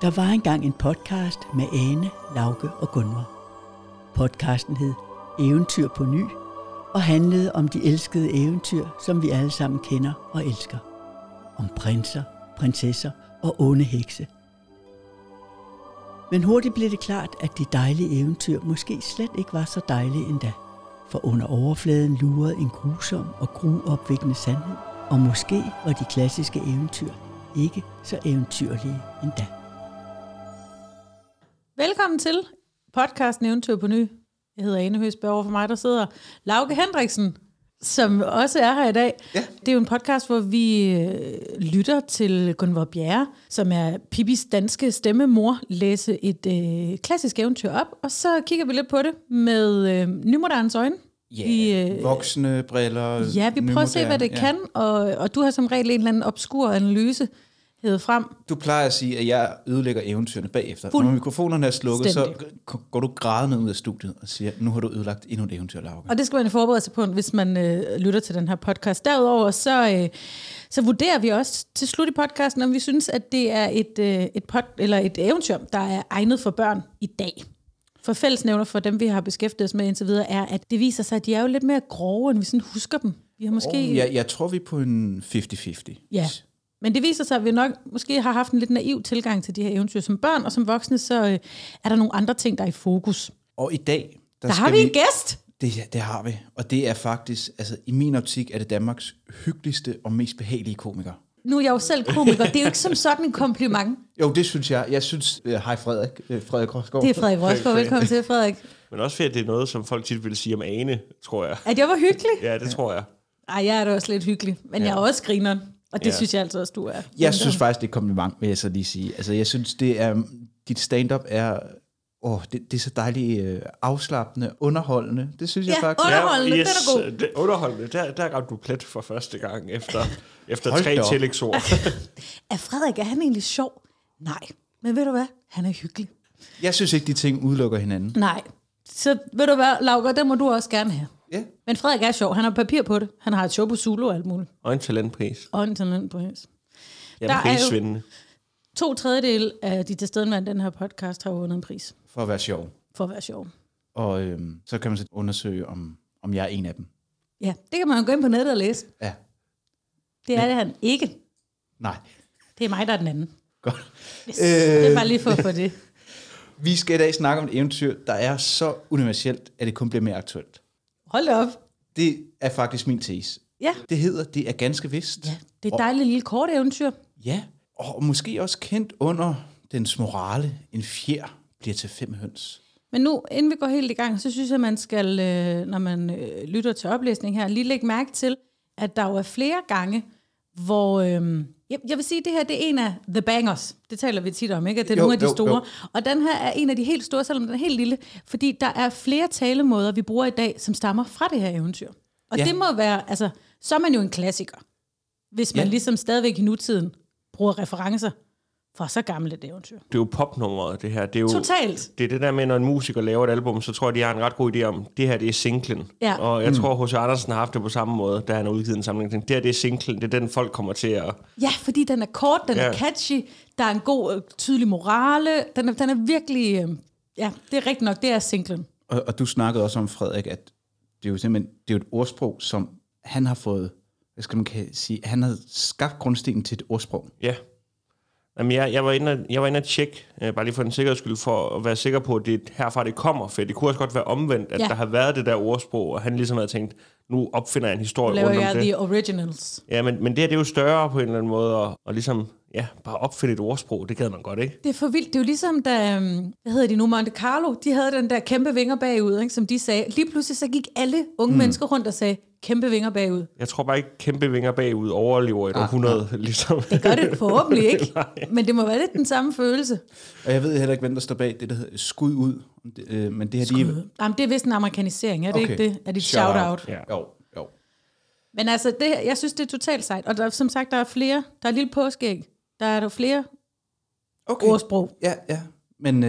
Der var engang en podcast med Ane, Lauke og Gunvor. Podcasten hed Eventyr på ny og handlede om de elskede eventyr, som vi alle sammen kender og elsker. Om prinser, prinsesser og onde hekse. Men hurtigt blev det klart, at de dejlige eventyr måske slet ikke var så dejlige endda. For under overfladen lurede en grusom og gruopvækkende sandhed, og måske var de klassiske eventyr ikke så eventyrlige endda. Velkommen til podcasten Eventyr på ny. Jeg hedder Ane Høsberg, over for mig der sidder Lauke Hendriksen, som også er her i dag. Ja. Det er jo en podcast, hvor vi lytter til Gunvor Bjerre, som er Pippis danske stemmemor, læse et klassisk eventyr op, og så kigger vi lidt på det med nymodernes øjne. Ja, voksne briller. Ja, vi prøver at se, hvad det kan, og du har som regel en eller anden obskur analyse hævet frem. Du plejer at sige, at jeg ødelægger eventyrene bagefter. Når mikrofonerne er slukket, så går du grædende ud af studiet og siger, nu har du ødelagt endnu et eventyr, Lauke. Og det skal man forberede sig på, hvis man lytter til den her podcast. Derudover så vurderer vi også til slut i podcasten, om vi synes, at det er et eventyr, der er egnet for børn i dag. For fællesnævner for dem, vi har beskæftiget os med indtil videre, er, at det viser sig, at de er jo lidt mere grove, end vi sådan husker dem. Vi har måske... Jeg tror, vi er på en 50-50. Ja. Men det viser sig, at vi nok måske har haft en lidt naiv tilgang til de her eventyr som børn, og som voksne, så er der nogle andre ting, der er i fokus. Og i dag... Der har vi en gæst! Det har vi, og det er faktisk, altså i min optik, er det Danmarks hyggeligste og mest behagelige komiker. Nu er jeg jo selv komiker, det er jo ikke som sådan en kompliment. Jo, det synes jeg. Jeg synes... Hej Frederik Rosgaard. Det er Frederik Rosgaard, velkommen til Frederik. Men også fordi det er noget, som folk tit vil sige om Ane, tror jeg. At jeg var hyggelig? Ja, det tror jeg. Ej, jeg er da også lidt hyggelig, men jeg er også grineren. Og det synes jeg altså også, du er. Jeg synes faktisk, det er et kompliment, vil jeg så lige sige. Altså, jeg synes, det er... Dit stand-up er... det er så dejligt afslappende, underholdende. Det synes jeg faktisk. Underholdende, yes, den er god. Underholdende, der ramte du plet for første gang, efter 3 tillægsord. Er Frederik, er han egentlig sjov? Nej, men ved du hvad? Han er hyggelig. Jeg synes ikke, de ting udelukker hinanden. Nej, så ved du hvad, Lauke, det må du også gerne have. Ja. Men Frederik er sjov, han har papir på det. Han har et show på Zulu og alt muligt. Og en talentpris. Ja, der prisvindende. Er jo 2/3 af de tilstedeværende den her podcast har vundet en pris. For at være sjov. Og så kan man så undersøge, om jeg er en af dem. Ja, det kan man jo gå ind på nettet og læse. Ja. Det er det han ikke. Nej. Det er mig, der er den anden. Godt. Yes. Det er bare lige for at få det. Vi skal i dag snakke om et eventyr, der er så universelt, at det kun bliver mere aktuelt. Hold da op. Det er faktisk min tese. Ja. Det hedder, det er ganske vist. Ja, det er et dejligt lille kort eventyr. Ja, og måske også kendt under dens morale, en fjer bliver til 5 høns. Men nu, inden vi går helt i gang, så synes jeg, man skal, når man lytter til oplæsning her, lige lægge mærke til, at der jo er flere gange, hvor... jeg vil sige, at det her det er en af the bangers. Det taler vi tit om, ikke? At det er nogle af de store. Jo. Og den her er en af de helt store, selvom den er helt lille. Fordi der er flere talemåder, vi bruger i dag, som stammer fra det her eventyr. Og det må være... Altså, så er man jo en klassiker. Hvis man ligesom stadigvæk i nutiden bruger referencer fra så gammelt et eventyr. Det er jo popnummeret, det her. Det er jo, totalt. Det er det der med, når en musiker laver et album, så tror jeg, de har en ret god idé om, det her, det er singlen. Ja. Og jeg tror, H.C. Andersen har haft det på samme måde, da han har udgivet en samling. Det her, det er singlen. Det er den, folk kommer til at... Ja, fordi den er kort, den er catchy, der er en god, tydelig morale. Den er virkelig... det er rigtigt nok, det er singlen. Og du snakkede også om, Frederik, at det er jo simpelthen det er et ordsprog, som han har fået... Hvad skal man sige? Han har skabt grundstenen til et ordsprog. Ja. Jamen, jeg var inde at tjekke, bare lige for en sikkerheds skyld, for at være sikker på, at det herfra det kommer. For det kunne også godt være omvendt, at der har været det der ordsprog, og han ligesom havde tænkt, nu opfinder jeg en historie rundt om det. The originals. Ja, men det her, det er jo større på en eller anden måde, og ligesom, bare opfinde et ordsprog, det gad man godt, ikke? Det er for vildt. Det er jo ligesom, da, hvad hedder de nu, Monte Carlo, de havde den der kæmpe vinger bagud, ikke, som de sagde. Lige pludselig så gik alle unge mennesker rundt og sagde, kæmpe vinger bagud. Jeg tror bare ikke, kæmpe vinger bagud overlever et århundrede, ligesom. Det gør det forhåbentlig ikke, men det må være lidt den samme følelse. Og jeg ved heller ikke, hvem der står bag det, der hedder skud ud. Men det her, Jamen, det er vist en amerikanisering, er det ikke det? Er det et shout-out? Ja. Jo. Men altså, jeg synes, det er totalt sejt. Og der, som sagt, der er flere. Der er et lille påskæg. Der er der flere ordsprog. Ja. Men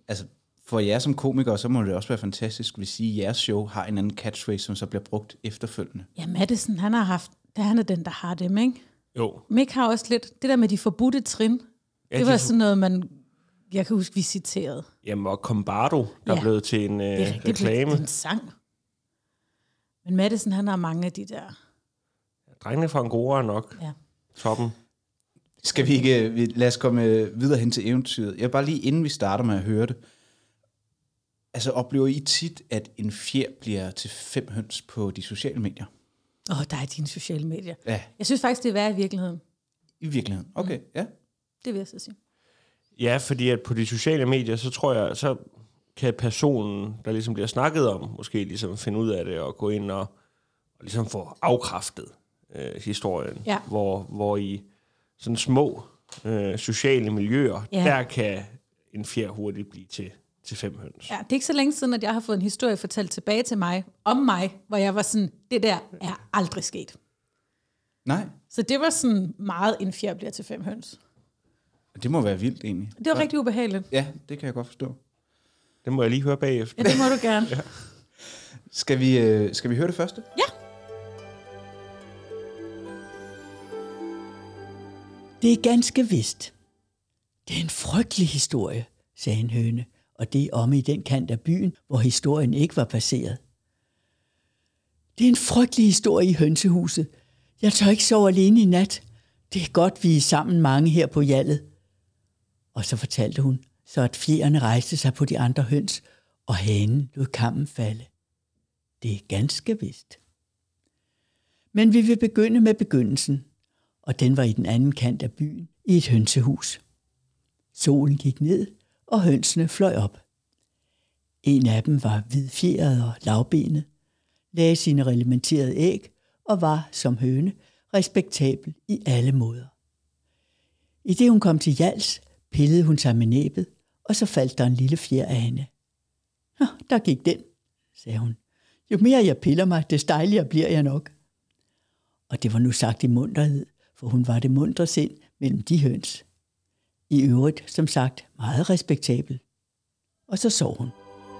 for jer som komikere, så må det også være fantastisk, hvis I, jeres show har en anden catchphrase, som så bliver brugt efterfølgende. Ja, Madison, han er den, der har dem, ikke? Jo. Mick har også lidt, det der med de forbudte trin, det var sådan noget, man Jeg kan huske, vi citerede. Jamen, og Combardo, der er blevet til en reklame. Det er en sang. Men Madison, han har mange af de der. Drengene fra Angora er nok toppen. Skal vi ikke... Lad os komme videre hen til eventyret. Jeg vil bare lige, inden vi starter med at høre det. Altså, oplever I tit, at en fjer bliver til 5 høns på de sociale medier? Der er dine sociale medier. Ja. Jeg synes faktisk, det er værd i virkeligheden. I virkeligheden? Okay, ja. Det vil jeg så sige. Ja, fordi at på de sociale medier, så tror jeg, så kan personen, der ligesom bliver snakket om, måske ligesom finde ud af det og gå ind og ligesom få afkræftet historien. Ja. Hvor i sådan små sociale miljøer, der kan en fjer hurtigt blive til 5 høns. Ja, det er ikke så længe siden, at jeg har fået en historie fortalt tilbage til mig, om mig, hvor jeg var sådan, det der er aldrig sket. Nej. Så det var sådan meget, en fjer bliver til 5 høns. Det må være vildt egentlig. Det var rigtig ubehageligt. Ja, det kan jeg godt forstå. Det må jeg lige høre bagefter. Ja, det må du gerne. Ja. Skal vi høre det første? Ja. Det er ganske vist. Det er en frygtelig historie, sagde en høne, og det omme i den kant af byen, hvor historien ikke var baseret. Det er en frygtelig historie i hønsehuset. Jeg tør ikke sove alene i nat. Det er godt, vi er sammen mange her på Hjallet. Og så fortalte hun, så at fjerne rejste sig på de andre høns, og hanen lod kammen falde. Det er ganske vist. Men vi vil begynde med begyndelsen, og den var i den anden kant af byen, i et hønsehus. Solen gik ned, og hønsene fløj op. En af dem var hvidfjeret og lavbenet, lagde sine reglementerede æg og var, som høne, respektabel i alle måder. I det hun kom til Hjals, pillede hun sig med næbet, og så faldt der en lille fjer af hende. Der gik den, sagde hun. Jo mere jeg piller mig, des dejligere bliver jeg nok. Og det var nu sagt i munterhed, for hun var det muntre sind mellem de høns. I øvrigt, som sagt, meget respektabel. Og så sov hun.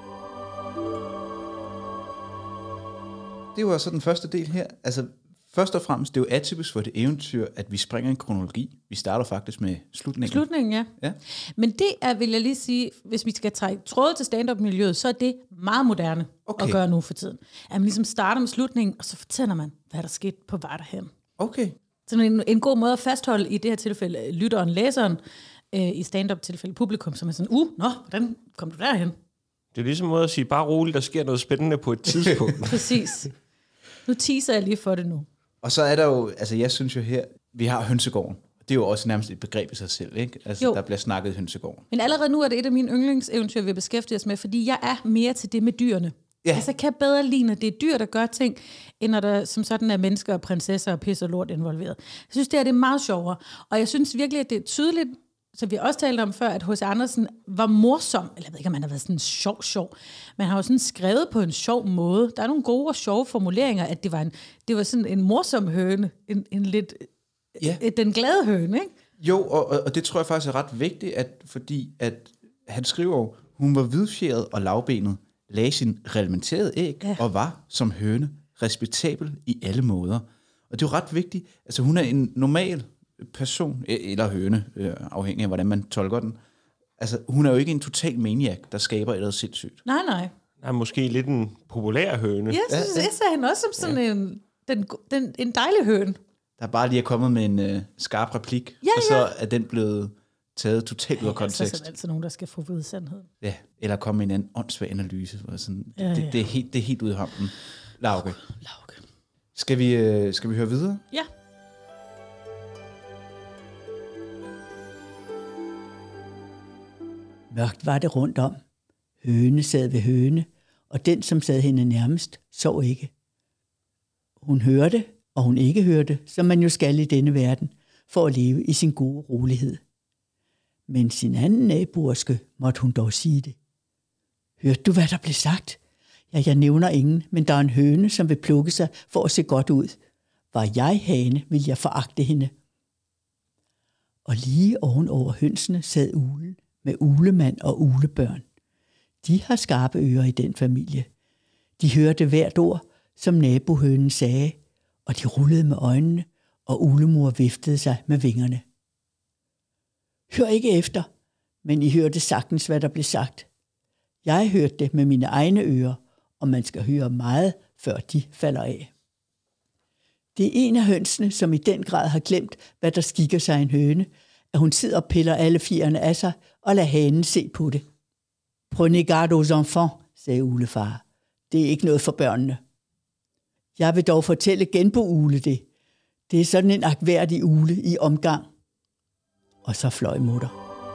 Det var så den første del her. Altså, først og fremmest, det er jo atypisk for det eventyr, at vi springer en kronologi. Vi starter faktisk med slutningen. Slutningen, ja. Men det er, vil jeg lige sige, hvis vi skal trække tråde til stand-up-miljøet, så er det meget moderne at gøre nu for tiden. At man ligesom starter med slutningen, og så fortæller man, hvad der skete på vej derhen. Okay. Så en god måde at fastholde i det her tilfælde lytteren, læseren, i stand-up-tilfælde publikum, som er sådan, hvordan kom du derhen? Det er ligesom en måde at sige, bare roligt, der sker noget spændende på et tidspunkt. Præcis. Nu teaser jeg lige for det nu. Og så er der jo, altså jeg synes jo her, vi har hønsegården. Det er jo også nærmest et begreb i sig selv, ikke? Altså der bliver snakket i hønsegården. Men allerede nu er det et af mine yndlingseventyr, vi beskæftiger os med, fordi jeg er mere til det med dyrene. Ja. Altså jeg kan bedre lide, at det er dyr, der gør ting, end når der som sådan er mennesker og prinsesser og pis og lort involveret. Jeg synes, det er meget sjovere. Og jeg synes virkelig, at det er tydeligt, som vi også talte om før, at H.C. Andersen var morsom, eller jeg ved ikke, om han har været sådan sjov. Man har jo sådan skrevet på en sjov måde. Der er nogle gode og sjove formuleringer, at det var sådan en morsom høne, en lidt, den glade høne, ikke? Jo, og det tror jeg faktisk er ret vigtigt, fordi at han skriver, hun var hvidfjeret og lavbenet, lagde sin reglementerede æg og var som høne respektabel i alle måder. Og det er jo ret vigtigt. Altså hun er en normal person, eller høne, afhængig af, hvordan man tolker den. Altså, hun er jo ikke en total maniac, der skaber et eller andet sindssygt. Nej. Er måske lidt en populær høne. Ja, jeg ser hende også som sådan en dejlig høne. Der bare lige er kommet med en skarp replik, og så er den blevet taget totalt ud af kontekst. Så er der altid nogen, der skal få ved sandheden. Ja, eller komme med en åndssvag analyse. Sådan. Det er helt ude i hampen. Lauke. Skal vi høre videre? Ja. Mørkt var det rundt om. Høne sad ved høne, og den, som sad hende nærmest, sov ikke. Hun hørte, og hun ikke hørte, som man jo skal i denne verden, for at leve i sin gode rolighed. Men sin anden naboerske måtte hun dog sige det. Hørte du, hvad der blev sagt? Ja, jeg nævner ingen, men der er en høne, som vil plukke sig for at se godt ud. Var jeg hane, vil jeg foragte hende. Og lige ovenover hønsene sad ulen, med ulemand og ulebørn. De har skarpe ører i den familie. De hørte hvert ord, som nabohønen sagde, og de rullede med øjnene, og ulemor viftede sig med vingerne. Hør ikke efter, Men I hørte sagtens, hvad der blev sagt. Jeg hørte det med mine egne ører, og man skal høre meget, før de falder af. Det er en af hønsene, som i den grad har glemt, hvad der skikker sig en høne, at hun sidder og piller alle fjerne af sig og lader hanen se på det. Prenez garde aux enfants, sagde uglefar. Det er ikke noget for børnene. Jeg vil dog fortælle genbo-ugle det. Det er sådan en agtværdig ugle i omgang. Og så fløj mutter.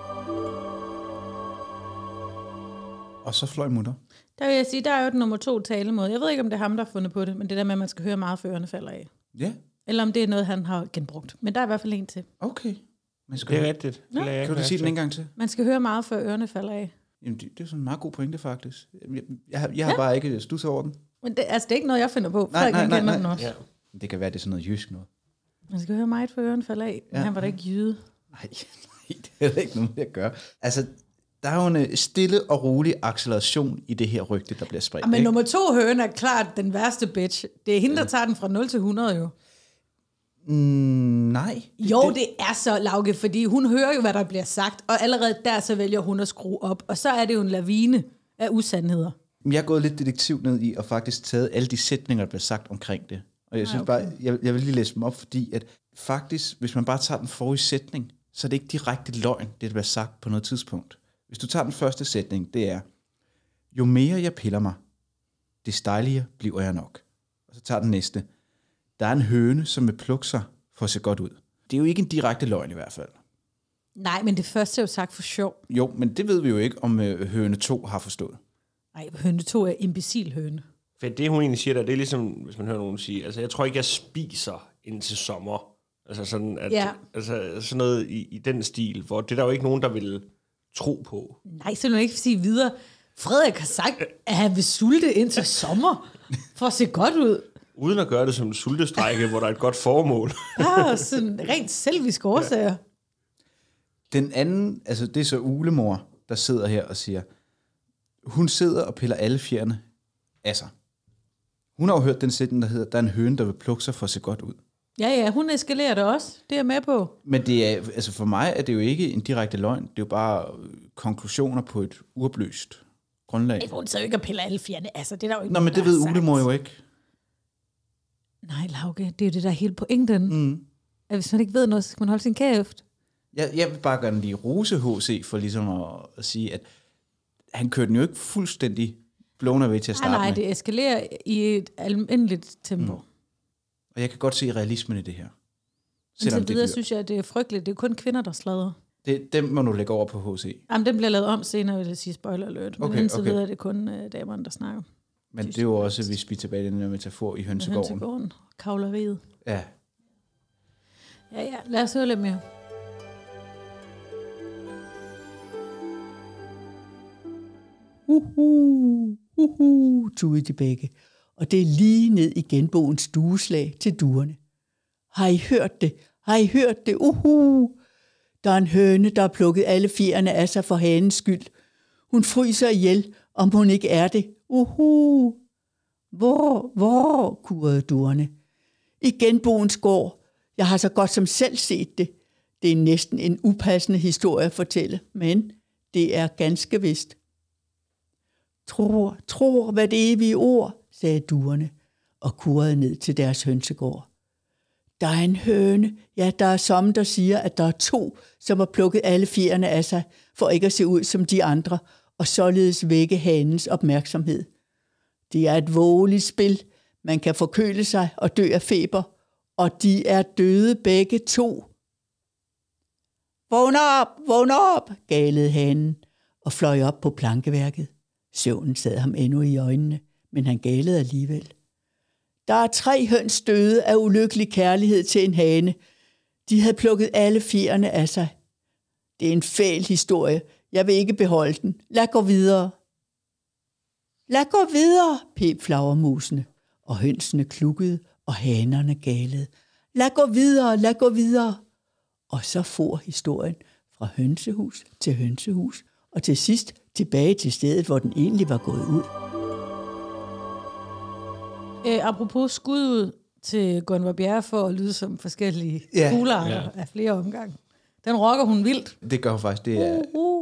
Og så fløj mutter. Der vil jeg sige, der er jo den nummer 2 talemåde. Jeg ved ikke, om det er ham, der har fundet på det, men det der med, at man skal høre meget, før ørerne falder af. Ja. Eller om det er noget, han har genbrugt. Men der er i hvert fald en til. Okay. Det er rigtigt. Ja. Kan du sige den en gang til? Man skal høre meget, før ørerne falder af. Jamen, det er sådan en meget god pointe, faktisk. Jeg har bare ikke studset over den. Men det er ikke noget, jeg finder på. Nej. Den også. Ja. Det kan være, det er sådan noget jysk noget. Man skal høre meget, før ørerne falder af. Men han var da ikke jyde. Nej, det er ikke noget, jeg gør. Altså, der er jo en stille og rolig acceleration i det her rygte, der bliver spredt. Men nummer 2 høne er klart den værste bitch. Det er hende, der tager den fra 0 til 100 jo. Nej. Det er så, Lauke, fordi hun hører jo, hvad der bliver sagt, og allerede der så vælger hun at skrue op, og så er det jo en lavine af usandheder. Jeg er gået lidt detektiv ned i, og faktisk taget alle de sætninger, der bliver sagt omkring det. Og jeg synes bare, jeg vil lige læse dem op, fordi at faktisk, hvis man bare tager den forrige sætning, så er det ikke direkte løgn, det der bliver sagt på noget tidspunkt. Hvis du tager den første sætning, det er, jo mere jeg piller mig, des dejligere bliver jeg nok. Og så tager den næste, der er en høne, som vil plukke sig for at se godt ud. Det er jo ikke en direkte løgn i hvert fald. Nej, men det første er jo sagt for sjov. Jo, men det ved vi jo ikke, om høne 2 har forstået. Nej, høne 2 er imbecil høne. For det, hun egentlig siger der, det er ligesom, hvis man hører nogen sige, altså jeg tror ikke, jeg spiser indtil sommer. Altså sådan, altså sådan noget i den stil, hvor det er der jo ikke nogen, der vil tro på. Nej, så vil man ikke sige videre. Frederik har sagt, at han vil sulte indtil sommer, for at se godt ud. Uden at gøre det som en sultestrække, hvor der er et godt formål. Ja, sådan rent selvisk årsager. Ja. Den anden, altså det er så ulemor, der sidder her og siger, hun sidder og piller alle fjerne af sig. Hun har jo hørt den sætning, der hedder, der er en høne, der vil plukke sig for at se godt ud. Ja, hun eskalerer det også. Det er jeg med på. Men det er, altså for mig er det jo ikke en direkte løgn. Det er jo bare konklusioner på et uoplyst grundlag. Hun sidder jo ikke og piller alle fjerne. Altså, det er der jo ikke. Nå, men det ved ulemor jo ikke. Nej, Lauke, det er jo det der hele pointen. At hvis man ikke ved noget, så skal man holde sin kæft. Jeg vil bare gerne lige rose H.C. for ligesom at sige, at han kørte den jo ikke fuldstændig blown away til at starte med. Nej, det eskalerer i et almindeligt tempo. Og jeg kan godt se realismen i det her. Selvom det videre synes jeg, at det er frygteligt. Det er kun kvinder, der sladrer. Dem må du lægge over på H.C. Jamen, den bliver lavet om senere, vil jeg sige spoiler alert. Men indtil videre er det kun damerne, der snakker. Men det er jo også, hvis vi er tilbage i den der metafor i hønsegården. Hønsegården. Kavleriet. Ja. Ja, lad os høre lidt mere. Tudede de begge. Og det er lige ned i genboens dueslag til duerne. Har I hørt det? Har I hørt det? Der er en høne, der har plukket alle fjerne af sig for hanens skyld. Hun fryser ihjel, om hun ikke er det. Hvor, kurrede duerne. I genboens gård. Jeg har så godt som selv set det. Det er næsten en upassende historie at fortælle, men det er ganske vist. Tror, hvad det evige ord, sagde duerne, og kurrede ned til deres hønsegård. Der er en høne, ja, der er som der siger, at der er 2, som har plukket alle fjerne af sig, for ikke at se ud som de andre, og således vække hanens opmærksomhed. Det er et vågeligt spil. Man kan forkøle sig og dø af feber, og de er døde begge 2. Vågn op, galede hanen, og fløj op på plankeværket. Søvnen sad ham endnu i øjnene, men han galede alligevel. Der er 3 høns døde af ulykkelig kærlighed til en hane. De havde plukket alle fjerne af sig. Det er en fæl historie. Jeg vil ikke beholde den. Lad gå videre. Lad gå videre, pep flagermusene, og hønsene klukkede, og hanerne galede. Lad gå videre. Og så for historien fra hønsehus til hønsehus, og til sidst tilbage til stedet, hvor den egentlig var gået ud. Apropos skud ud til Gunvor Bjerre for at lyde som forskellige fuglearter af flere omgange. Den rocker hun vildt. Det gør hun faktisk. Det er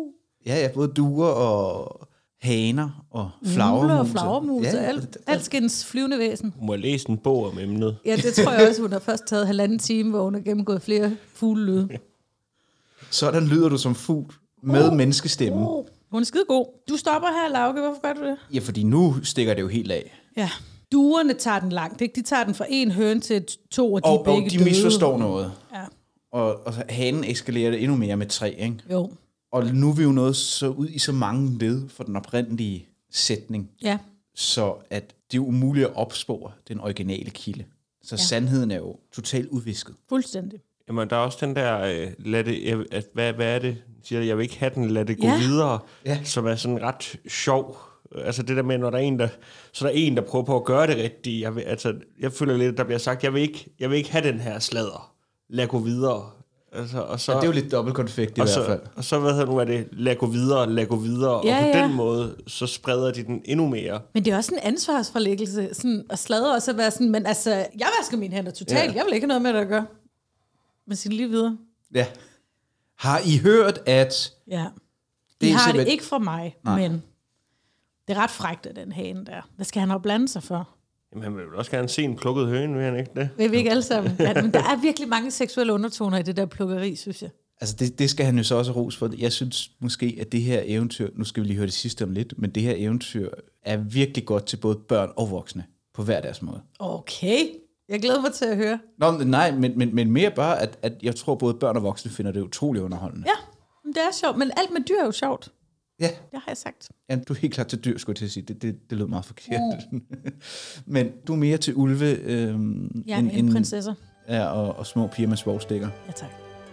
Ja, både duer og haner og Muler flagermus. og flagermus og alskens flyvende væsen. Hun må læse en bog om emnet. Ja, det tror jeg også, hun har først taget 1,5 time, hvor hun har gennemgået flere fuglelyde. Sådan lyder du som fugl med menneskestemme. Hun er skide god. Du stopper her, Lauke. Hvorfor gør du det? Ja, fordi nu stikker det jo helt af. Ja. Duerne tager den langt, ikke? De tager den fra 1 høne til 2, og de er begge og de døde. misforstår noget. Ja. Og hanen eskalerer det endnu mere med 3, ikke? Jo. Og nu er vi jo nået så ud i så mange led for den oprindelige sætning, Ja. så at det er umuligt at opspore den originale kilde. Så sandheden er jo totalt udvisket. Fuldstændig. Jamen, der er også den der, hvad er det? Siger, jeg vil ikke have den, lad det gå videre, som er sådan ret sjov. Altså det der med, når der er en, der prøver på at gøre det rigtigt. Jeg føler lidt, at der bliver sagt, jeg vil ikke have den her sladder. Lad gå videre. Altså, og så, det er jo lidt dobbeltkonfekt i hvert fald. Og så, er det, lad gå videre. Ja, og på den måde, så spreder de den endnu mere. Men det er også en ansvarsforlæggelse, sådan at sladre og så være sådan, men altså, jeg vasker mine hænder totalt, jeg vil ikke have noget med det at gøre. Men sig lige videre. Ja. Har I hørt, at... Ja. Det har det ikke fra mig, men det er ret frækt af den hane der. Hvad skal han have blande sig for? Jamen, han vil også gerne se en plukket høne, vil han ikke det? Vil vi ikke alle sammen? Ja, men der er virkelig mange seksuelle undertoner i det der plukkeri, synes jeg. Altså det skal han jo så også ros for. Jeg synes måske, at det her eventyr, nu skal vi lige høre det sidste om lidt, men det her eventyr er virkelig godt til både børn og voksne, på hver deres måde. Okay, jeg glæder mig til at høre. Nå, nej, men mere bare, at jeg tror, både børn og voksne finder det utroligt underholdende. Ja, det er sjovt, men alt med dyr er jo sjovt. Ja. Det har jeg sagt. Ja, du er helt klart til dyr, skulle jeg til at sige. Det lød meget forkert. Men du er mere til ulve end prinsesser. Ja, og små piger med svovlstikker. Ja, tak.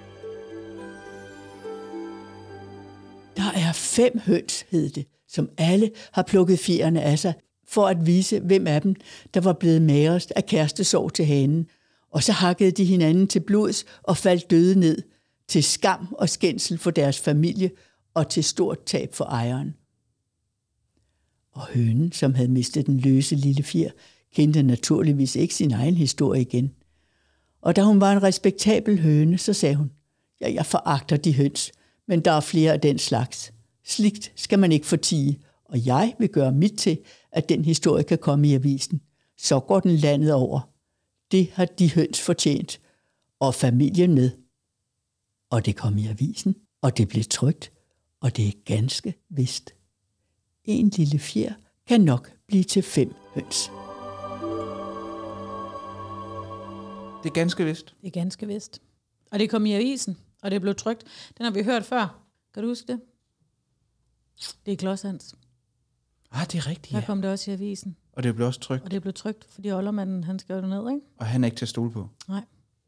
Der er 5 høns, hed det, som alle har plukket fjerne af sig, for at vise, hvem af dem, der var blevet magerst af kærestesorg til hanen. Og så hakkede de hinanden til blods og faldt døde ned, til skam og skændsel for deres familie og til stort tab for ejeren. Og hønen, som havde mistet den løse lille fjer, kendte naturligvis ikke sin egen historie igen. Og da hun var en respektabel høne, så sagde hun, ja, jeg foragter de høns, men der er flere af den slags. Sligt skal man ikke fortie, og jeg vil gøre mit til, at den historie kan komme i avisen. Så går den landet over. Det har de høns fortjent, og familien med. Og det kom i avisen, og det blev trykt, og det er ganske vist. En lille fjer kan nok blive til 5 høns. Det er ganske vist. Det er ganske vist. Og det kom i avisen, og det blev trykt. Den har vi hørt før. Kan du huske det? Det er Klodshands. Det er rigtigt, Der kom det også i avisen. Og det blev også trykt. Og det blev trykt, fordi oldermanden, han skrev det ned, ikke? Og han er ikke til at stole på. Nej.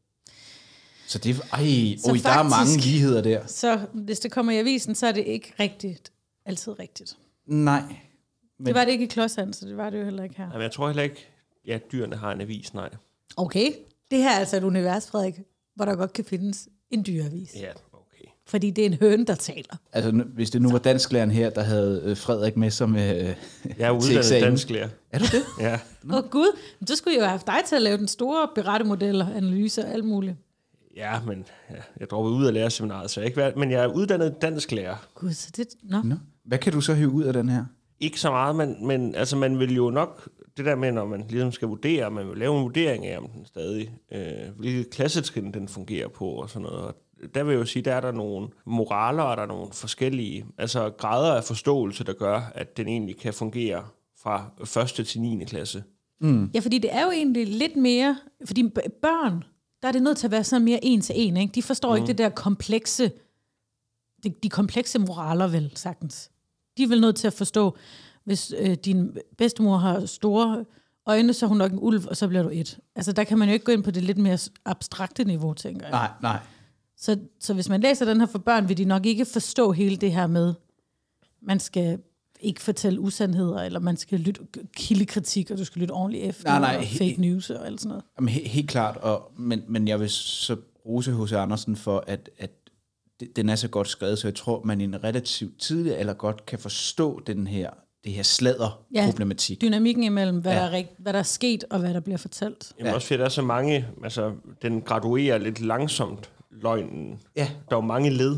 Så det er... der er mange ligheder der. Så hvis det kommer i avisen, så er det ikke rigtigt. Altid rigtigt. Nej. Men det var det ikke i Klodshands, så det var det jo heller ikke her. Jamen, jeg tror heller ikke, at dyrene har en avis, nej. Okay. Det her er altså et univers, Frederik, hvor der godt kan findes en dyreavis. Ja, okay. Fordi det er en høne, der taler. Altså, hvis det nu var dansklæreren her, der havde Frederik med som jeg er uddannet dansklærer. Er du det? Ja. Gud, så skulle jeg jo have haft dig til at lave den store berettemodeller, analyser og alt muligt. Ja, men jeg droppede ud af lærerseminaret, så jeg ikke men jeg er uddannet dansklærer. Gud, så det... Nå. Hvad kan du så hive ud af den her? Ikke så meget, men altså, man vil jo nok... Det der med, når man ligesom skal vurdere, man vil lave en vurdering af, om den stadig... hvilket klassetrin den fungerer på og sådan noget. Og der vil jeg jo sige, der er der nogle moraler, og der er nogle forskellige grader af forståelse, der gør, at den egentlig kan fungere fra 1. til 9. klasse. Mm. Ja, fordi det er jo egentlig lidt mere... Fordi børn, der er det nødt til at være sådan mere en til en, ikke? De forstår ikke det der komplekse... De komplekse moraler vel, sagtens. De er vel nødt til at forstå, hvis din bedstemor har store øjne, så er hun nok en ulv, og så bliver du et. Altså, der kan man jo ikke gå ind på det lidt mere abstrakte niveau, tænker jeg. Nej. Så hvis man læser den her for børn, vil de nok ikke forstå hele det her med, man skal ikke fortælle usandheder, eller man skal lytte kildekritik, og du skal lytte ordentligt efter, og fake news og alt sådan noget. Jamen, helt klart, men jeg vil så rose H.C. Andersen for, at den er så godt skrevet, så jeg tror, man i en relativt tidlig alder godt kan forstå det her sladderproblematik. Ja, dynamikken imellem, hvad der er sket, og hvad der bliver fortalt. Jamen også fordi der er så mange, den graduerer lidt langsomt, løgnen. Ja. Der er jo mange led,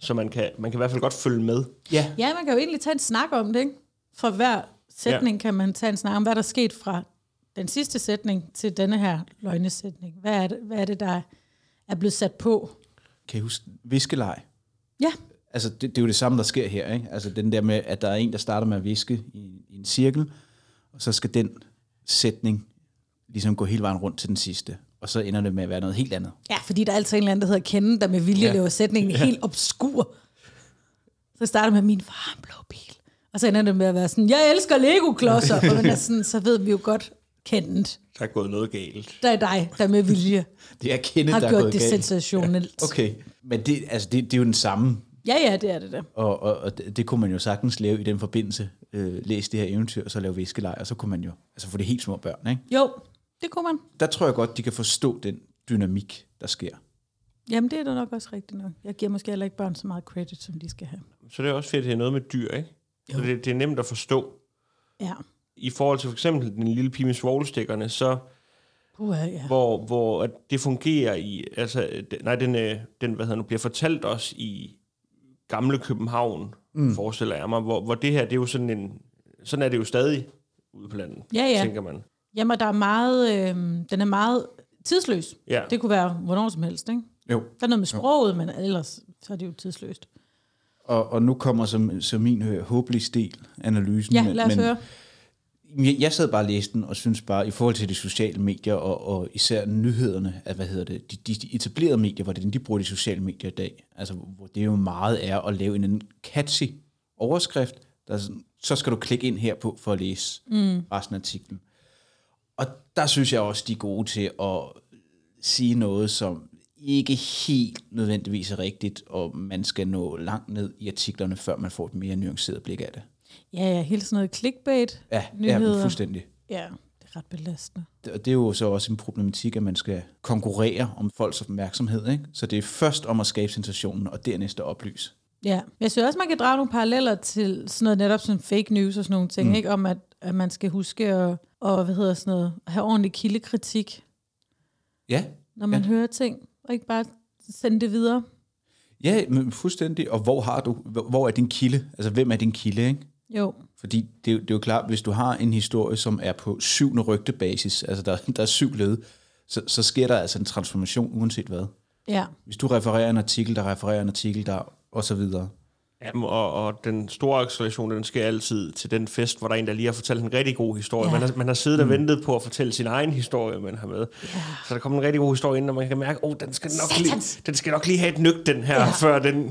så man kan i hvert fald godt følge med. Ja. Ja, man kan jo egentlig tage en snak om det, ikke? For hver sætning kan man tage en snak om, hvad der er sket fra den sidste sætning til denne her løgnesætning. Hvad er det, der er blevet sat på? Kan I huske viskeleg? Ja. Altså, det er jo det samme, der sker her, ikke? Altså, den der med, at der er en, der starter med at viske i en cirkel, og så skal den sætning ligesom gå hele vejen rundt til den sidste. Og så ender det med at være noget helt andet. Ja, fordi der er altid en eller anden, der hedder Kende, der med vilje laver sætningen helt obskur. Så starter med, min far har en blå bil. Og så ender det med at være sådan, jeg elsker Lego-klodser. Og man er sådan, så ved vi jo godt, Kendt. Der er gået noget galt. Der er dig, der med vilje Det er Kende, har der gjort gået det galt. sensationelt. Okay, men det er jo den samme. Ja, det er det da. Og det kunne man jo sagtens lave i den forbindelse. Læse det her eventyr, og så lave viskeleg, og så kunne man jo få det helt små børn, ikke? Jo, det kunne man. Der tror jeg godt, de kan forstå den dynamik, der sker. Jamen, det er da nok også rigtigt nok. Jeg giver måske heller ikke børn så meget credit, som de skal have. Så det er også fedt, at det er noget med dyr, ikke? Så det er nemt at forstå. Ja. I forhold til for eksempel den lille pige med svovlstikkerne, så hvor at det fungerer i, altså, den bliver fortalt også i gamle København, forestiller jeg mig, hvor det her, det er jo sådan er det jo stadig ude på landet, tænker man. Jamen, der er meget, den er meget tidsløs. Ja. Det kunne være hvornår som helst, ikke? Jo. Der er noget med sproget, men ellers så er det jo tidsløst. Og nu kommer så min håblige del analysen. Ja, lad os høre. Jeg sad bare og læste den, og synes bare, i forhold til de sociale medier, og især nyhederne, at, de etablerede medier, hvordan de bruger de sociale medier i dag, altså hvor det jo meget er at lave en catchy overskrift, der sådan, så skal du klikke ind her på for at læse resten af artiklen. Og der synes jeg også, de er gode til at sige noget, som ikke helt nødvendigvis er rigtigt, og man skal nå langt ned i artiklerne, før man får et mere nuanceret blik af det. Ja, hele sådan noget clickbait-nyheder. Ja, fuldstændig. Ja, det er ret belastende. Og det er jo så også en problematik, at man skal konkurrere om folks opmærksomhed, ikke? Så det er først om at skabe sensationen, og dernæst at oplyse. Ja, jeg synes også, man kan drage nogle paralleller til sådan noget netop sådan fake news og sådan nogle ting, ikke? Om at man skal huske at have ordentlig kildekritik, Ja. når man hører ting, og ikke bare sende det videre. Ja, men fuldstændig. Og hvor er din kilde? Altså, hvem er din kilde, ikke? Jo. Fordi det er jo klart, hvis du har en historie, som er på 7. rygtebasis, altså der er 7 led, så sker der altså en transformation, uanset hvad. Ja. Hvis du refererer en artikel, der refererer en artikel, der og så videre. Jamen, og den store acceleration, den sker altid til den fest, hvor der er en, der lige har fortalt en rigtig god historie. Ja. Man har siddet og ventet på at fortælle sin egen historie, man har med. Ja. Så der kommer en rigtig god historie ind, og man kan mærke, den skal nok lige have et nyk, den her, før den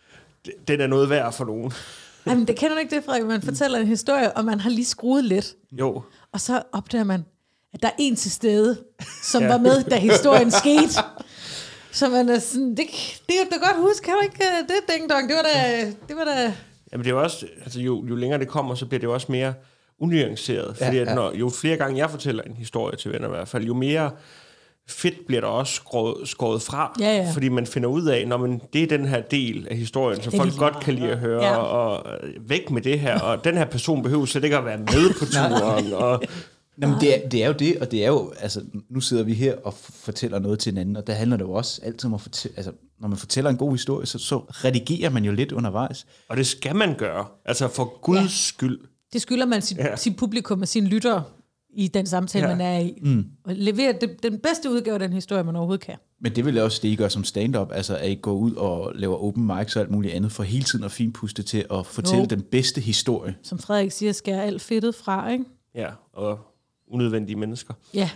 er noget værd for nogen. Jamen, det kender du ikke det, Frederik? Man fortæller en historie, og man har lige skruet lidt. Jo. Og så opdager man, at der er en til stede, som var med, da historien skete. Så man er sådan, det kan du godt huske, kan du ikke? Det ding dong, det var da. Jamen det er også, altså jo længere det kommer, så bliver det jo også mere unuanceret. Fordi at jo flere gange jeg fortæller en historie til venner i hvert fald, jo mere fedt bliver der også skåret fra. Ja. Fordi man finder ud af, når det er den her del af historien, som folk godt kan lide at høre, og væk med det her, og den her person behøver slet ikke at være med på turen. Og Jamen, det er jo det, og det er jo, altså, nu sidder vi her og fortæller noget til hinanden, og der handler det jo også altid om at fortælle, altså, når man fortæller en god historie, så redigerer man jo lidt undervejs. Og det skal man gøre, altså for Guds skyld. Det skylder man sit publikum og sine lyttere i den samtale, man er i. Og levere den bedste udgave af den historie, man overhovedet kan. Men det vil også det, I gør som stand-up, altså at I går ud og laver open mics og alt muligt andet, for hele tiden at finpuste til at fortælle den bedste historie. Som Frederik siger, skærer alt fedtet fra, ikke? Ja, og unødvendige mennesker. Ja.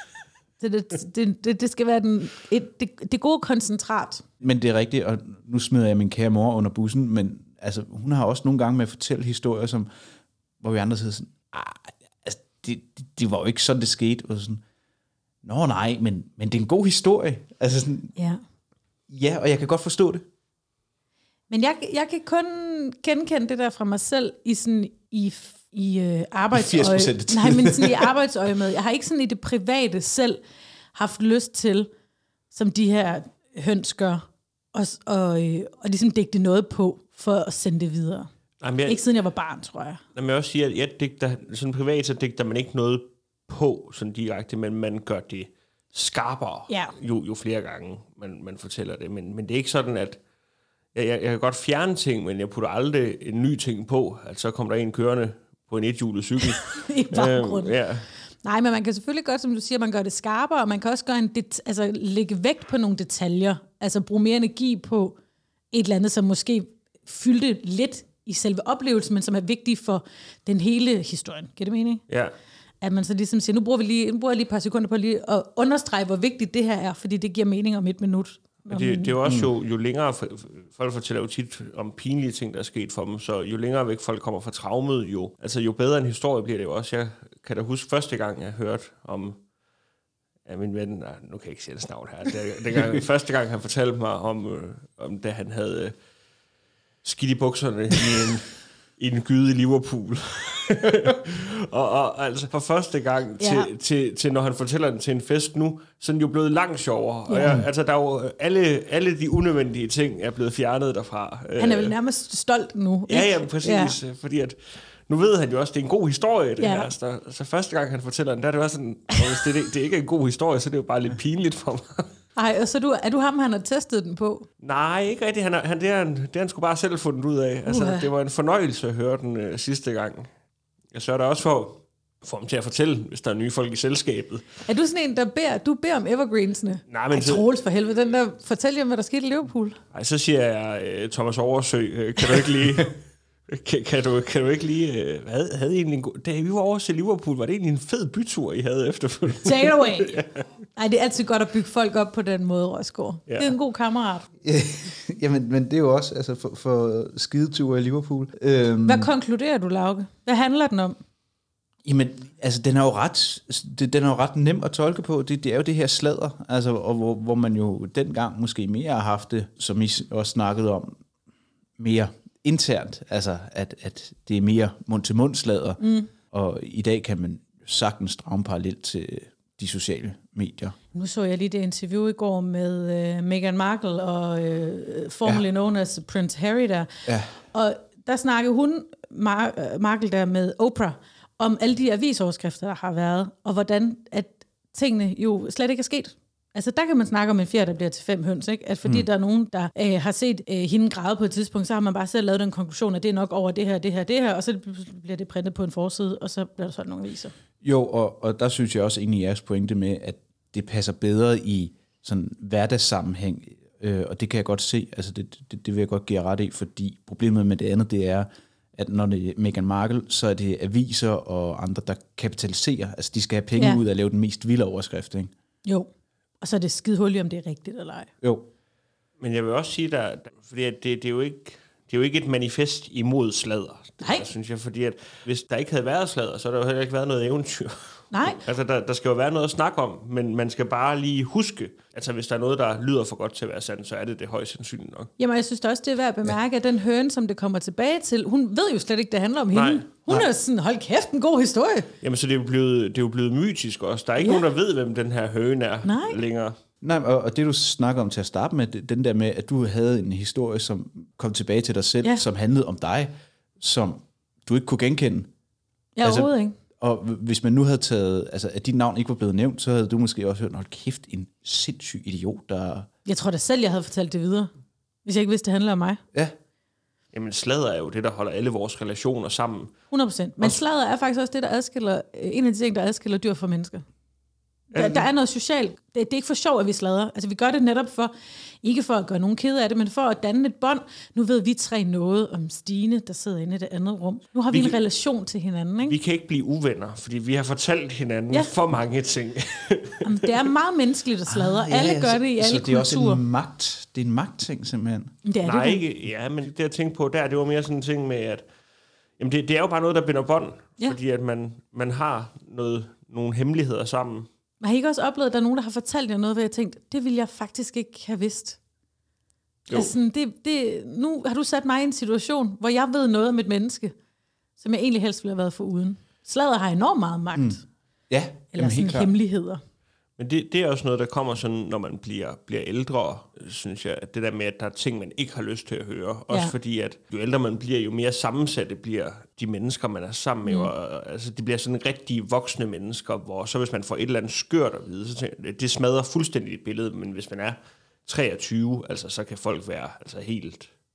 Det skal være det gode koncentrat. Men det er rigtigt, og nu smider jeg min kære mor under bussen, men altså, hun har også nogle gange med at fortælle historier, hvor vi andre sidder sådan, altså, det var jo ikke sådan, det skete. Og sådan, nå nej, men det er en god historie. Altså sådan, ja, og jeg kan godt forstå det. Men jeg kan kun genkende det der fra mig selv i arbejdsøje. 80%. Nej, men sådan i arbejdsøje med. Jeg har ikke sådan i det private selv haft lyst til, som de her høns gør, og ligesom digte noget på, for at sende det videre. Jamen, ikke siden jeg var barn, tror jeg. Jamen, jeg også siger, at jeg digter, sådan privat, så digter man ikke noget på sådan direkte, men man gør det skarpere, jo flere gange man fortæller det. Men det er ikke sådan, at Jeg kan godt fjerne ting, men jeg putter aldrig en ny ting på. Altså, så kommer der en kørende på en ethjulet cykel. I baggrunden. Ja. Nej, men man kan selvfølgelig godt, som du siger, man gør det skarpere, og man kan også gøre lægge vægt på nogle detaljer. Altså bruge mere energi på et eller andet, som måske fyldte lidt i selve oplevelsen, men som er vigtigt for den hele historien. Giver det mening? Ja. At man så ligesom siger, nu bruger jeg lige et par sekunder på lige at understrege, hvor vigtigt det her er, fordi det giver mening om 1 minut. Det er jo også jo længere, folk fortæller jo tit om pinlige ting, der er sket for dem, så jo længere væk folk kommer fra traumet, jo bedre en historie bliver det jo også. Jeg kan da huske første gang, jeg hørte om min ven, nu kan jeg ikke sige det navn her, første gang han fortalte mig om da han havde skidt i bukserne i en gyde i Liverpool. og altså for første gang til når han fortæller den til en fest nu, så er den jo blevet langt sjovere. Ja. Og altså der er jo alle de unødvendige ting er blevet fjernet derfra. Han er vel nærmest stolt nu. Ja, præcis. Ja. Fordi at nu ved han jo også, det er en god historie, det her. Så første gang han fortæller den, der er det også sådan, hvis det ikke er en god historie, så er det jo bare lidt pinligt for mig. Ej, og så er du ham, han har testet den på? Nej, ikke rigtigt. Det er han skulle bare selv fundet ud af. Altså, det var en fornøjelse at høre den sidste gang. Jeg sørger da også for ham til at fortælle, hvis der er nye folk i selskabet. Er du sådan en, du beder om evergreensene? Nej, men Troels for helvede, den der, fortæl jer, hvad der skete i Liverpool. Nej, så siger jeg, Thomas Oversø, kan du ikke lige... Kan du ikke lige... Havde egentlig en god... Da vi var over til Liverpool, var det egentlig en fed bytur, I havde efterfølgende? Take it away! Nej, det er altid godt at bygge folk op på den måde, Røsgaard. Ja. Det er en god kammerat. Jamen, men det er jo også altså for skideture i Liverpool. Hvad konkluderer du, Lauke? Hvad handler den om? Jamen, altså, den er jo ret nem at tolke på. Det er jo det her sladder, altså, og hvor man jo dengang måske mere har haft det, som I også snakkede om, mere internt, altså at det er mere mund-til-mund sladder, og i dag kan man sagtens drage en parallel til de sociale medier. Nu så jeg lige det interview i går med Meghan Markle og formerly known as Prince Harry der, og der snakkede hun, Markle der med Oprah, om alle de avisoverskrifter, der har været, og hvordan at tingene jo slet ikke er sket. Altså, der kan man snakke om en fjer, der bliver til 5 høns, ikke? At fordi der er nogen, der har set hende græde på et tidspunkt, så har man bare selv lavet den konklusion, at det er nok over det her, og så bliver det printet på en forside, og så bliver der sådan nogle aviser. Jo, og der synes jeg også egentlig jeres pointe med, at det passer bedre i sådan hverdagssammenhæng, og det kan jeg godt se, altså det vil jeg godt give ret i, fordi problemet med det andet, det er, at når det er Meghan Markle, så er det aviser og andre, der kapitaliserer, altså de skal have penge ud af at lave den mest vilde overskrift, ikke? Jo. Og så er det skidehulligt, om det er rigtigt eller ej. Jo. Men jeg vil også sige, fordi det er jo ikke et manifest imod sladder. Nej. Synes jeg, fordi at hvis der ikke havde været sladder, så har der jo heller ikke været noget eventyr. Nej. Altså, der skal jo være noget at snakke om, men man skal bare lige huske, altså hvis der er noget, der lyder for godt til at være sandt, så er det højst sandsynligt nok. Jamen, jeg synes også, det er værd at bemærke, at den høne, som det kommer tilbage til, hun ved jo slet ikke, det handler om hende. Hun er sådan, hold kæft, en god historie. Jamen, så det er jo blevet mytisk også. Der er ikke nogen, der ved, hvem den her høne er længere. Nej, og det du snakker om til at starte med, den der med, at du havde en historie, som kom tilbage til dig selv, som handlede om dig, som du ikke kunne genkende. Ja, overhovedet ikke. Og hvis man nu havde taget, altså at dit navn ikke var blevet nævnt, så havde du måske også hørt, hold kæft, en sindssyg idiot, der... Jeg tror da selv, jeg havde fortalt det videre, hvis jeg ikke vidste, det handler om mig. Ja. Jamen sladder er jo det, der holder alle vores relationer sammen. 100%. Men sladder er faktisk også det, der adskiller, en af de ting, der adskiller dyr fra mennesker. Der er noget socialt. Det er ikke for sjov, at vi sladrer. Altså, vi gør det netop for, ikke for at gøre nogen kede af det, men for at danne et bånd. Nu ved vi 3 noget om Stine, der sidder inde i det andet rum. Nu har vi en relation til hinanden, ikke? Vi kan ikke blive uvenner, fordi vi har fortalt hinanden for mange ting. Jamen, det er meget menneskeligt at sladre. Alle gør det i alle kulturer. Så det er også en magt. Det er en magtting, simpelthen. Det er Nej, det. ikke. Ja, men det jeg tænkte på der, det var mere sådan en ting med, at jamen, det er jo bare noget, der binder bånd. Fordi at man har nogle hemmeligheder sammen. Men har I ikke også oplevet, at der er nogen, der har fortalt jer noget, hvor jeg tænkte, det ville jeg faktisk ikke have vidst? Altså, nu har du sat mig i en situation, hvor jeg ved noget om et menneske, som jeg egentlig helst ville have været foruden. Sladder har enormt meget magt. Ja, eller sådan hemmeligheder. Men det er også noget, der kommer sådan, når man bliver ældre, synes jeg. At det der med, at der er ting, man ikke har lyst til at høre. Også fordi, at jo ældre man bliver, jo mere sammensatte bliver de mennesker, man er sammen med. Og, altså, de bliver sådan rigtige voksne mennesker, hvor så hvis man får et eller andet skørt at vide, så tænker jeg, det smadrer fuldstændig et billede. Men hvis man er 23, altså, så kan folk være altså, helt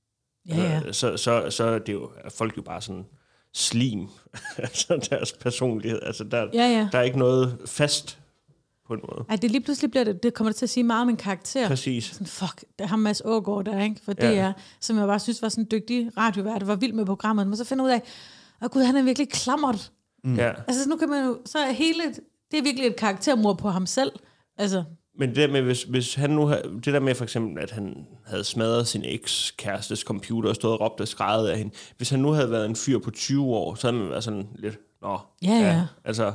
Ja. Så er det jo, er folk jo bare sådan slim, altså deres personlighed. Altså der er ikke noget fast på en måde. Ej, det lige pludselig bliver det kommer til at sige meget om en karakter. Præcis. Sådan, fuck, der har Mads Aagaard der, ikke? For det er, som jeg bare synes var sådan en dygtig radiovært, der var vild med programmet, men så finder ud af, gud, han er virkelig klammert. Ja. Altså, nu kan man jo, så er det er virkelig et karaktermord på ham selv. Altså. Men det der med, hvis han nu det der med for eksempel, at han havde smadret sin ekskærestes computer og stået og råbt og skreget af hende. Hvis han nu havde været en fyr på 20 år, så havde man været sådan lidt, altså,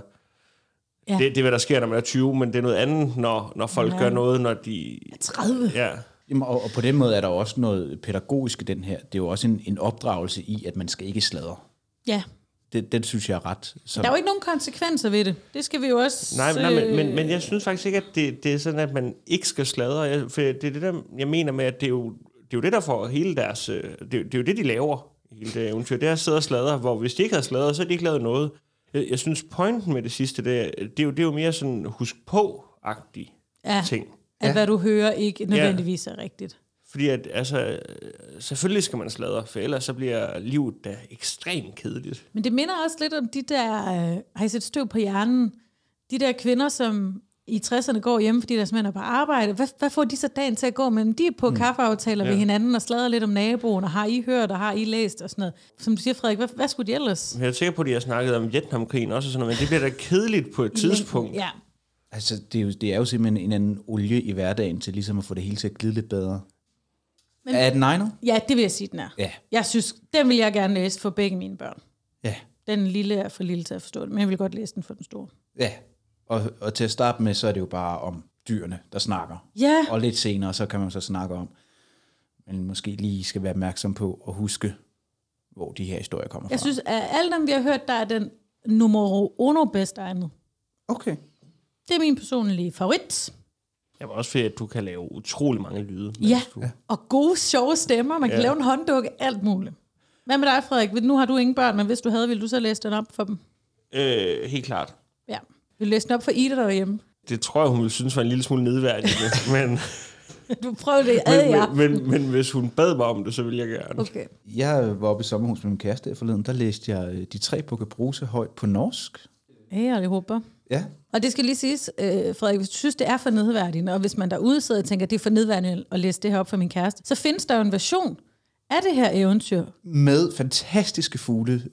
det er hvad der sker, når man er 20, men det er noget andet, når folk gør noget, når de... 30. Ja. Jamen, og på den måde er der også noget pædagogisk i den her. Det er jo også en opdragelse i, at man skal ikke sladre. Ja. Den synes jeg er ret... Der er jo ikke nogen konsekvenser ved det. Det skal vi jo også... Nej, men jeg synes faktisk ikke, at det er sådan, at man ikke skal sladre. For det er det der, jeg mener med, at det er jo det, der får hele deres... Det er jo det, de laver, hele det eventyr. Det er at sidde og sladre, hvor hvis de ikke havde sladret, så havde de ikke lavet noget. Jeg synes, pointen med det sidste, det er jo mere sådan husk på-agtig ting. At hvad du hører ikke nødvendigvis er rigtigt. Fordi at, altså, selvfølgelig skal man sladre, for ellers så bliver livet da ekstremt kedeligt. Men det minder også lidt om de der, har I set Støv på hjernen? De der kvinder, som i 60'erne går hjemme, fordi deres mænd er på arbejde. Hvad får de så dagen til at gå med? De er på kaffeaftaler ved hinanden og sladrer lidt om naboen, og har I hørt, og har I læst og sådan noget. Som du siger, Frederik, hvad skulle de ellers? Jeg er sikker på, at de har snakket om Vietnamkrigen også og sådan noget, men det bliver da kedeligt på et tidspunkt. Ja. Altså, det er jo simpelthen en anden olie i hverdagen til ligesom at få det hele til at glide lidt bedre. Men, er den egnet? Ja, det vil jeg sige, den er. Ja. Jeg synes, den vil jeg gerne læse for begge mine børn. Ja. Den lille er for lille til at forstå det, men jeg vil godt læse den for den store. Ja, og til at starte med, så er det jo bare om dyrene, der snakker. Ja. Og lidt senere, så kan man så snakke om, men måske lige skal være opmærksom på at huske, hvor de her historier kommer fra. Jeg synes, at alle dem, vi har hørt, der er den nummer uno bedst egnet. Okay. Det er min personlige favorit. Ja, men også fordi, at du kan lave utrolig mange lyde. Ja, og gode, sjove stemmer. Man kan lave en hånddukke, alt muligt. Hvad med dig, Frederik? Nu har du ingen børn, men hvis du havde, ville du så læse den op for dem? Helt klart. Ja. Vil du læse den op for Ida derhjemme? Det tror jeg, hun ville synes var en lille smule nedværdigende. men, du prøver det men hvis hun bad mig om det, så ville jeg gerne. Okay. Jeg var oppe i sommerhus med min kæreste forleden. Der læste jeg De tre bukke Bruse højt på norsk. Ja, jeg håber. Ja. Og det skal lige siges, Frederik, hvis du synes, det er for nedværdigende, og hvis man derude sidder og tænker, at det er for nedværdigende at læse det her op for min kæreste, så findes der jo en version af det her eventyr. Med fantastiske fugle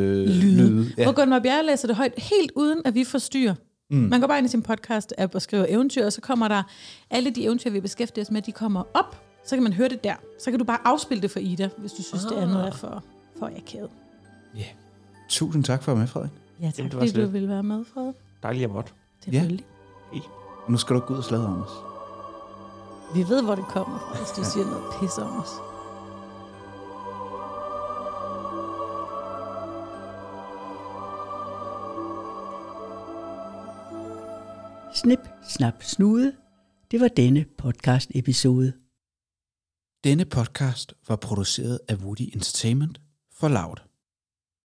lyde. Ja. Hvor Gunnar Bjerre læser det højt, helt uden at vi forstyrrer. Man går bare ind i sin podcast-app og skriver eventyr, og så kommer der alle de eventyr, vi beskæftiger os med, de kommer op. Så kan man høre det der. Så kan du bare afspille det for Ida, hvis du synes, det andet er for akavet. Ja. Tusind tak for at være med, Frederik. Ja, tak fordi du ville være med, Frederik. Dejligt, jeg måtte. Selvfølgelig. Ja. Og nu skal du gå ud og sladre om os. Vi ved, hvor det kommer fra, hvis du siger noget pis om os. Snip, snap, snude. Det var denne podcast-episode. Denne podcast var produceret af Woody Entertainment for Loud.